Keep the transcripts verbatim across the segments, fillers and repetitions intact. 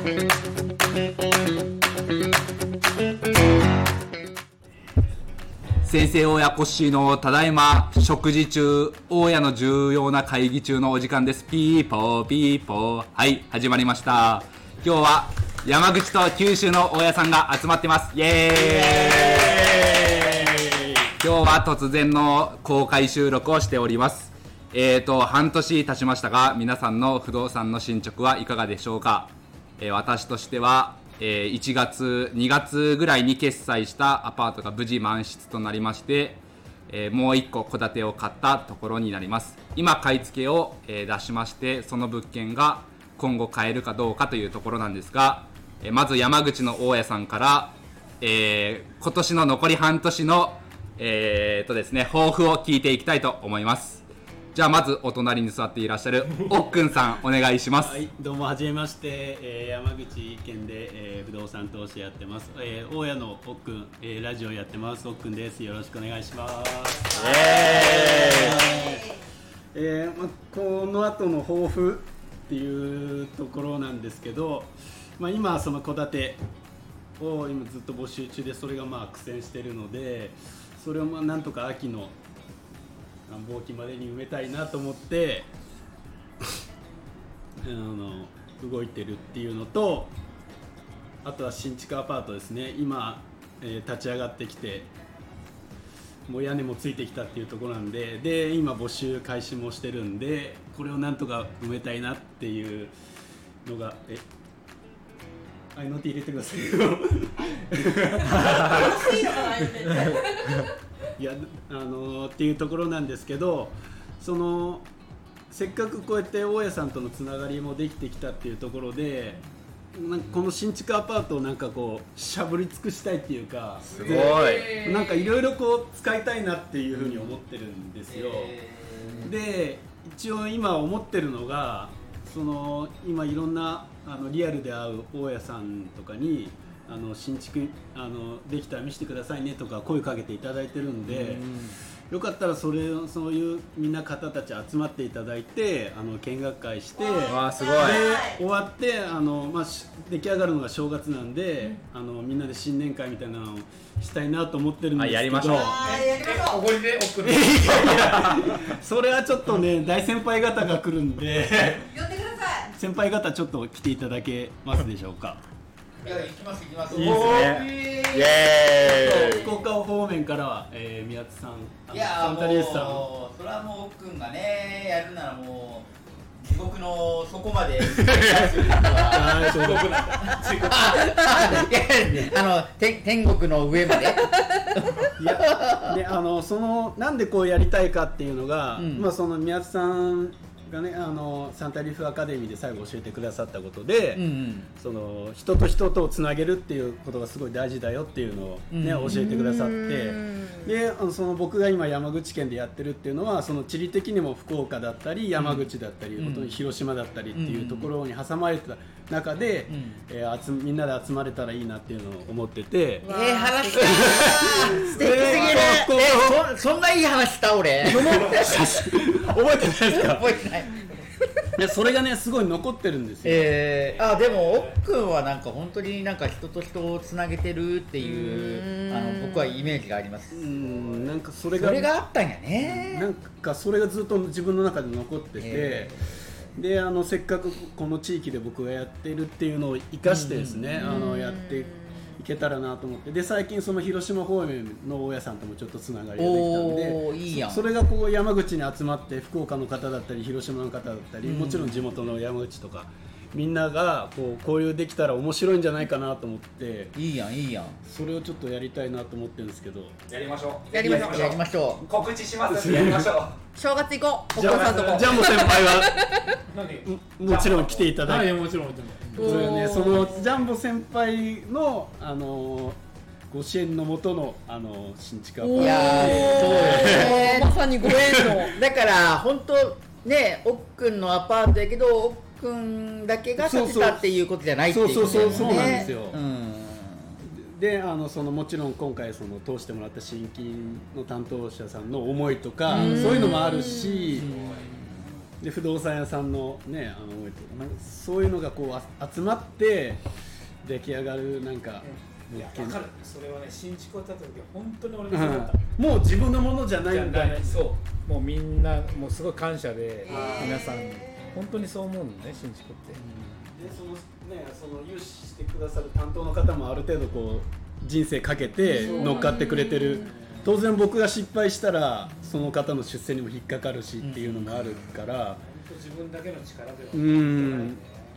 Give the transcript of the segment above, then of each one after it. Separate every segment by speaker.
Speaker 1: 先生親子氏のただいま食事中、大家の重要な会議中のお時間です。ピーポーピーポー、はい、始まりました。今日は山口と九州の大家さんが集まってます。イエーイ。今日は突然の公開収録をしております。えーと半年経ちましたが、皆さんの不動産の進捗はいかがでしょうか。えー、私としては、えー、いちがつにがつぐらいに決済したアパートが無事満室となりまして、えー、もういっこ戸建てを買ったところになります。今買い付けを、えー、出しまして、その物件が今後買えるかどうかというところなんですが、えー、まず山口の大家さんから、えー、今年の残り半年の、えーとですね、抱負を聞いていきたいと思います。じゃあまずお隣に座っていらっしゃるおっくんさん、お願いします。
Speaker 2: はい、どうもはじめまして、えー、山口県で、えー、不動産投資やってます、えー、大家のおっくん、えー、ラジオやってますおっくんです。よろしくお願いします。えーえーま、この後の抱負っていうところなんですけど、まあ、今その戸建てを今ずっと募集中で、それがまあ苦戦してるので、それをまあなんとか秋の繁忙期までに埋めたいなと思ってあの動いてるっていうのと、あとは新築アパートですね。今、えー、立ち上がってきて、もう屋根もついてきたっていうところなんで、で今募集開始もしてるんで、これをなんとか埋めたいなっていうのが、えあいの手入れてくださいよいや、あのー、っていうところなんですけど、そのせっかくこうやって大家さんとのつながりもできてきたっていうところで、なんかこの新築アパートをなんかこうしゃぶり尽くしたいっていうか、
Speaker 1: すごい、
Speaker 2: なんかいろいろこう使いたいなっていうふうに思ってるんですよ。で一応今思ってるのが、その今いろんなあのリアルで会う大家さんとかに、あの新築あのできたら見せてくださいねとか声かけていただいてるんで、よかったらそれそういうみんな方たち集まっていただいて、あの見学会して、
Speaker 1: わーすごい。
Speaker 2: で終わってあの、まあ、出来上がるのが正月なんで、あのみんなで新年会みたいなのをしたいなと思ってるんですけど、
Speaker 1: あ、やりましょう。
Speaker 3: おごりで送る。
Speaker 2: いやいやそれはちょっとね、大先輩方が来るんで
Speaker 3: 呼んでください。
Speaker 2: 先輩方ちょっと来ていただけますでしょうか。
Speaker 3: いや、行きます行きます。
Speaker 1: いいですね。イエーイ。
Speaker 2: 福岡方面からは、えー、宮津さん、
Speaker 3: いや
Speaker 2: サンタリウスさん、
Speaker 3: もうそれはもうおっくんがねやるならもう地獄の底まで地獄なんだ。あの天天国の上まで。
Speaker 2: いやであのそのなんでこうやりたいかっていうのが、うん、まあその宮津さんがね、あのサンタリーフアカデミーで最後教えてくださったことで、うんうん、その人と人とをつなげるっていうことがすごい大事だよっていうのを、ね、うん、教えてくださって、であのその僕が今山口県でやってるっていうのは、その地理的にも福岡だったり山口だったり、うん、本当に広島だったりっていうところに挟まれてた中で、うん、えー、集みんなで集まれたらいいなっていうのを思ってて、
Speaker 3: ええー、話した素敵すぎる。えー、そ, そんないい話した俺
Speaker 2: 覚えてないですか？
Speaker 3: 覚えてない。
Speaker 2: いやそれがねすごい残ってるんですよ。
Speaker 3: えー、あでもおっくんはなんか本当になんか人と人をつなげてるっていう、あの僕はイメージがあります。
Speaker 2: うん、なんかそれが
Speaker 3: それがあったんやね。
Speaker 2: なんかそれがずっと自分の中で残ってて、えー、であのせっかくこの地域で僕がやってるっていうのを生かしてですね、あのやっていけたらなと思って、で最近その広島方面の大家さんともちょっとつながりができたんで、
Speaker 3: いいやん。
Speaker 2: そ, それがこう山口に集まって、福岡の方だったり広島の方だったり、もちろん地元の山口とかみんながこう交流できたら面白いんじゃないかなと思って、
Speaker 3: いいやんいいやん。
Speaker 2: それをちょっとやりたいなと思ってるんですけど、
Speaker 1: やりましょう
Speaker 3: やりましょうやりましょう。
Speaker 1: 告知しますんでやりましょう。
Speaker 4: 正月行こう。お
Speaker 2: じゃ
Speaker 4: 父さんとこ。
Speaker 2: ジャンボ先輩はもちろん来ていただいて、
Speaker 5: もちろんもちろん。
Speaker 2: それね、そのジャンボ先輩のあのご支援のもとのあの新築アパート。
Speaker 3: いやーそう
Speaker 4: えー、まさにご縁の。
Speaker 3: だから本当ね、おっくんのアパートやけどおっくんだけが建てたっていうことじゃないっていうこと
Speaker 2: そうそうそうそうなんですよ。
Speaker 3: うん、
Speaker 2: であのそのもちろん今回その通してもらった新規の担当者さんの思いとか、そういうのもあるし、 で不動産屋さんのねあの思いとかなんかそういうのがこうあ集まって出来上がるなんか
Speaker 5: いや分かるそれはね新築を建てた時は本当に俺
Speaker 2: も
Speaker 5: もそうだった、
Speaker 2: うん、もう自分のものじゃないんだ
Speaker 5: ないそうもうみんなもうすごい感謝で皆さん本当にそう思うのね新築って、
Speaker 2: うん、でそのねその融資してくださる担当の方もある程度こう人生かけて乗っかってくれてる当然僕が失敗したらその方の出世にも引っかかるしっていうのもあるから、うん、本
Speaker 5: 当自分だけの力では
Speaker 2: うん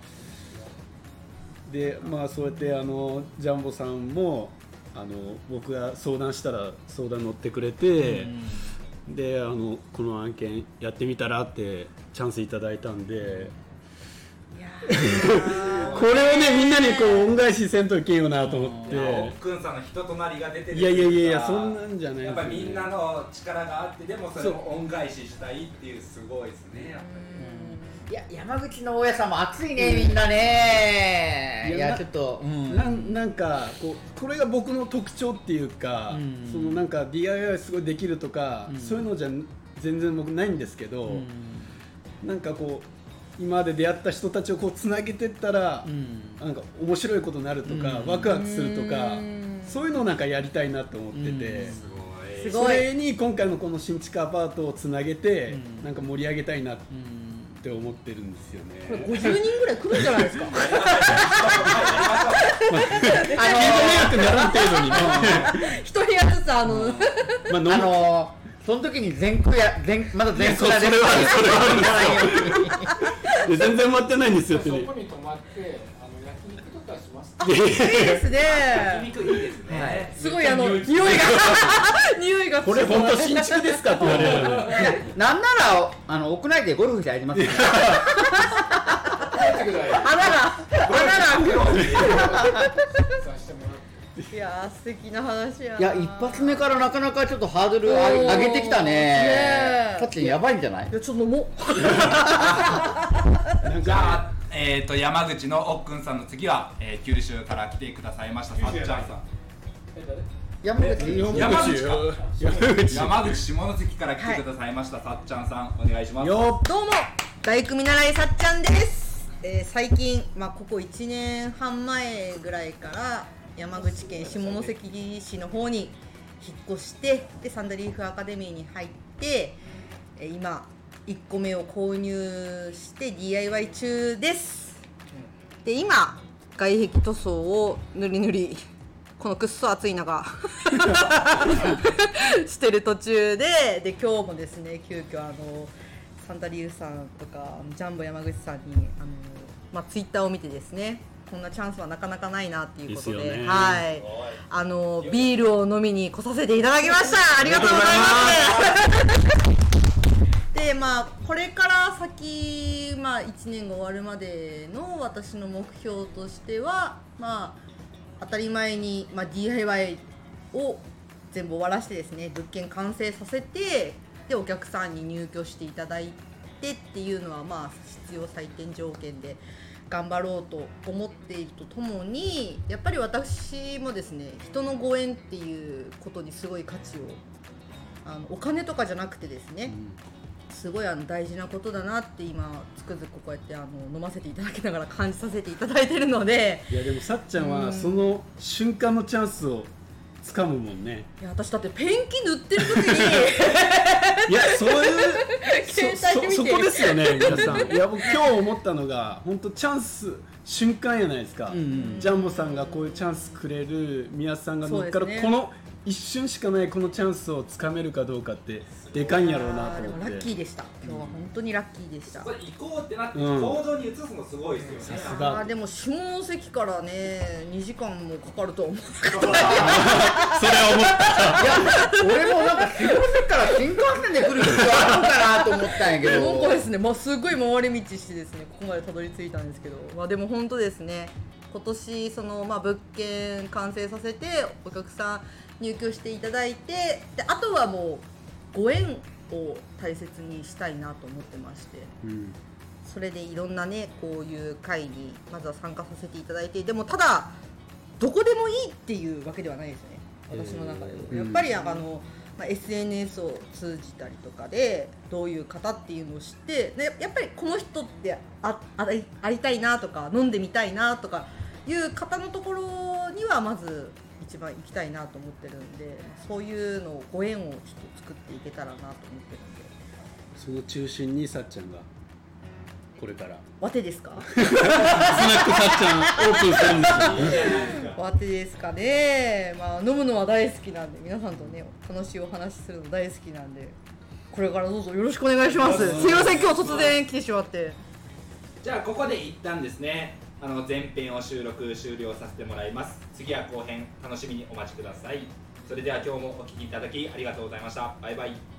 Speaker 2: でまあそうやってあのジャンボさんもあの僕が相談したら相談乗ってくれて、うん、であのこの案件やってみたらってチャンスいただいたんでいやこれをねみんなにこう恩返しせんといけんよなと思って
Speaker 1: おっくんさんの人となりが出てる
Speaker 2: いやいやいやいやそんなんじゃないですよ、ね、
Speaker 1: やっぱりみんなの力があってでもそれを恩返ししたいっていうすごいですねやっぱ
Speaker 3: りいや山口の大家さんも熱いねみんなねいやちょっと、うん、
Speaker 2: な, なんかこうこれが僕の特徴っていうか、うん、そのなんか ディーアイワイ すごいできるとか、うん、そういうのじゃ全然僕ないんですけど、うん、なんかこう今まで出会った人たちをこうつなげていったら、うん、なんか面白いことになるとか、うん、ワクワクするとか、うん、そういうのをなんかやりたいなと思ってて、うん、すごいそれに今回のこの新築アパートをつなげて、うん、なんか盛り上げたいなってって思ってるんですよね。
Speaker 4: これごじゅうにんぐらい来るんじゃないですか。あ
Speaker 2: の迷惑ならん程度にね。
Speaker 4: 一部屋ずつあの、
Speaker 3: まあ、あのその時に全空や全まだ全空やで。
Speaker 2: それはそれは全然待ってないんですよってね。
Speaker 5: そこに泊まってあの焼肉とかします。
Speaker 4: いいですね。
Speaker 1: 焼肉いいですね。はい、
Speaker 4: すごいあの匂いが匂いが
Speaker 2: これ本当新築ですかって言われる。
Speaker 3: なんならあの屋内でゴルフしてありますから。
Speaker 4: 穴が穴が開く。いや素敵な話や。
Speaker 3: いや一発目からなかなかちょっとハードル上げてきたね。さっきやばいんじゃない？
Speaker 4: いやちょっともう。
Speaker 1: じゃあ。えー、と山口のおっくんさんの次は、えー、九州から来てくださいましたさっちゃんさん
Speaker 3: 山口
Speaker 1: 山口か山口下関から来てくださいました、はい、さっちゃんさんお願いします。
Speaker 4: よどうも大工見習いさっちゃんです、えー、最近、まあ、ここいちねんはん前ぐらいから山口県下関市の方に引っ越してでサンダリーフアカデミーに入って、えー、今いっこめを購入して ディーアイワイ 中です。で今外壁塗装を塗り塗りこのくっそ暑い中してる途中でで今日もですね急遽あのサンタリュウさんとかジャンボ山口さんにあの、まあ、ツイッターを見てですねこんなチャンスはなかなかないなっていうことで、ね、はいあのビールを飲みに来させていただきました。ありがとうございますでまあ、これから先、まあ、いちねんが終わるまでの私の目標としては、まあ、当たり前に、まあ、ディーアイワイ を全部終わらせてですね物件完成させてでお客さんに入居していただいてっていうのは、まあ、必要最低条件で頑張ろうと思っているとともにやっぱり私もですね人のご縁っていうことにすごい価値をあのお金とかじゃなくてですね、うんすごいあの大事なことだなって今つくづくこうやってあの飲ませていただきながら感じさせていただいているので
Speaker 2: いやでもさっちゃんはその瞬間のチャンスを掴むもんね。
Speaker 4: いや私だってペンキ塗ってる時に
Speaker 2: いやそういうそ, そ, そこですよね皆さん。いや僕今日思ったのが本当チャンス瞬間やないですか、うんうん、ジャンボさんがこういうチャンスくれる宮さんが乗っかる、ね、この一瞬しかないこのチャンスをつかめるかどうかってでかいんやろうなと思って。でも
Speaker 4: ラッキーでした。今日は本当にラッキーでした。
Speaker 1: これ行こうってなって行動に移すのすごいですよね。
Speaker 4: さすが。でも下関からねにじかんもかかると思う。それ
Speaker 2: は思った。
Speaker 3: いや俺もなんか下関から新幹線で来る必要あるのかなと思ったんやけど。
Speaker 4: なんかですね、まあすごい回り道してですねここまでたどり着いたんですけど、まあでも本当ですね。今年そのまあ物件完成させてお客さん入居していただいてであとはもうご縁を大切にしたいなと思ってまして、うん、それでいろんなねこういう会にまずは参加させていただいてでもただどこでもいいっていうわけではないですね私の中では、えー、やっぱりあのまあ、エスエヌエス を通じたりとかでどういう方っていうのを知ってでやっぱりこの人ってあありありたいなとか飲んでみたいなとかいう方のところにはまず一番行きたいなと思ってるんでそういうのをご縁をちょっと作っていけたらなと思ってるんで
Speaker 2: その中心にさっちゃんがこれから
Speaker 4: わてですか
Speaker 2: スナックさっちゃんオープンするんですよ
Speaker 4: わてですかね、まあ、飲むのは大好きなんで皆さんとね楽しいお話しするの大好きなんでこれからどうぞよろしくお願いします。すいません今日突然来てしまって。
Speaker 1: じゃあここで一旦ですねあの前編を収録終了させてもらいます。次は後編楽しみにお待ちください。それでは今日もお聞きいただきありがとうございました。バイバイ。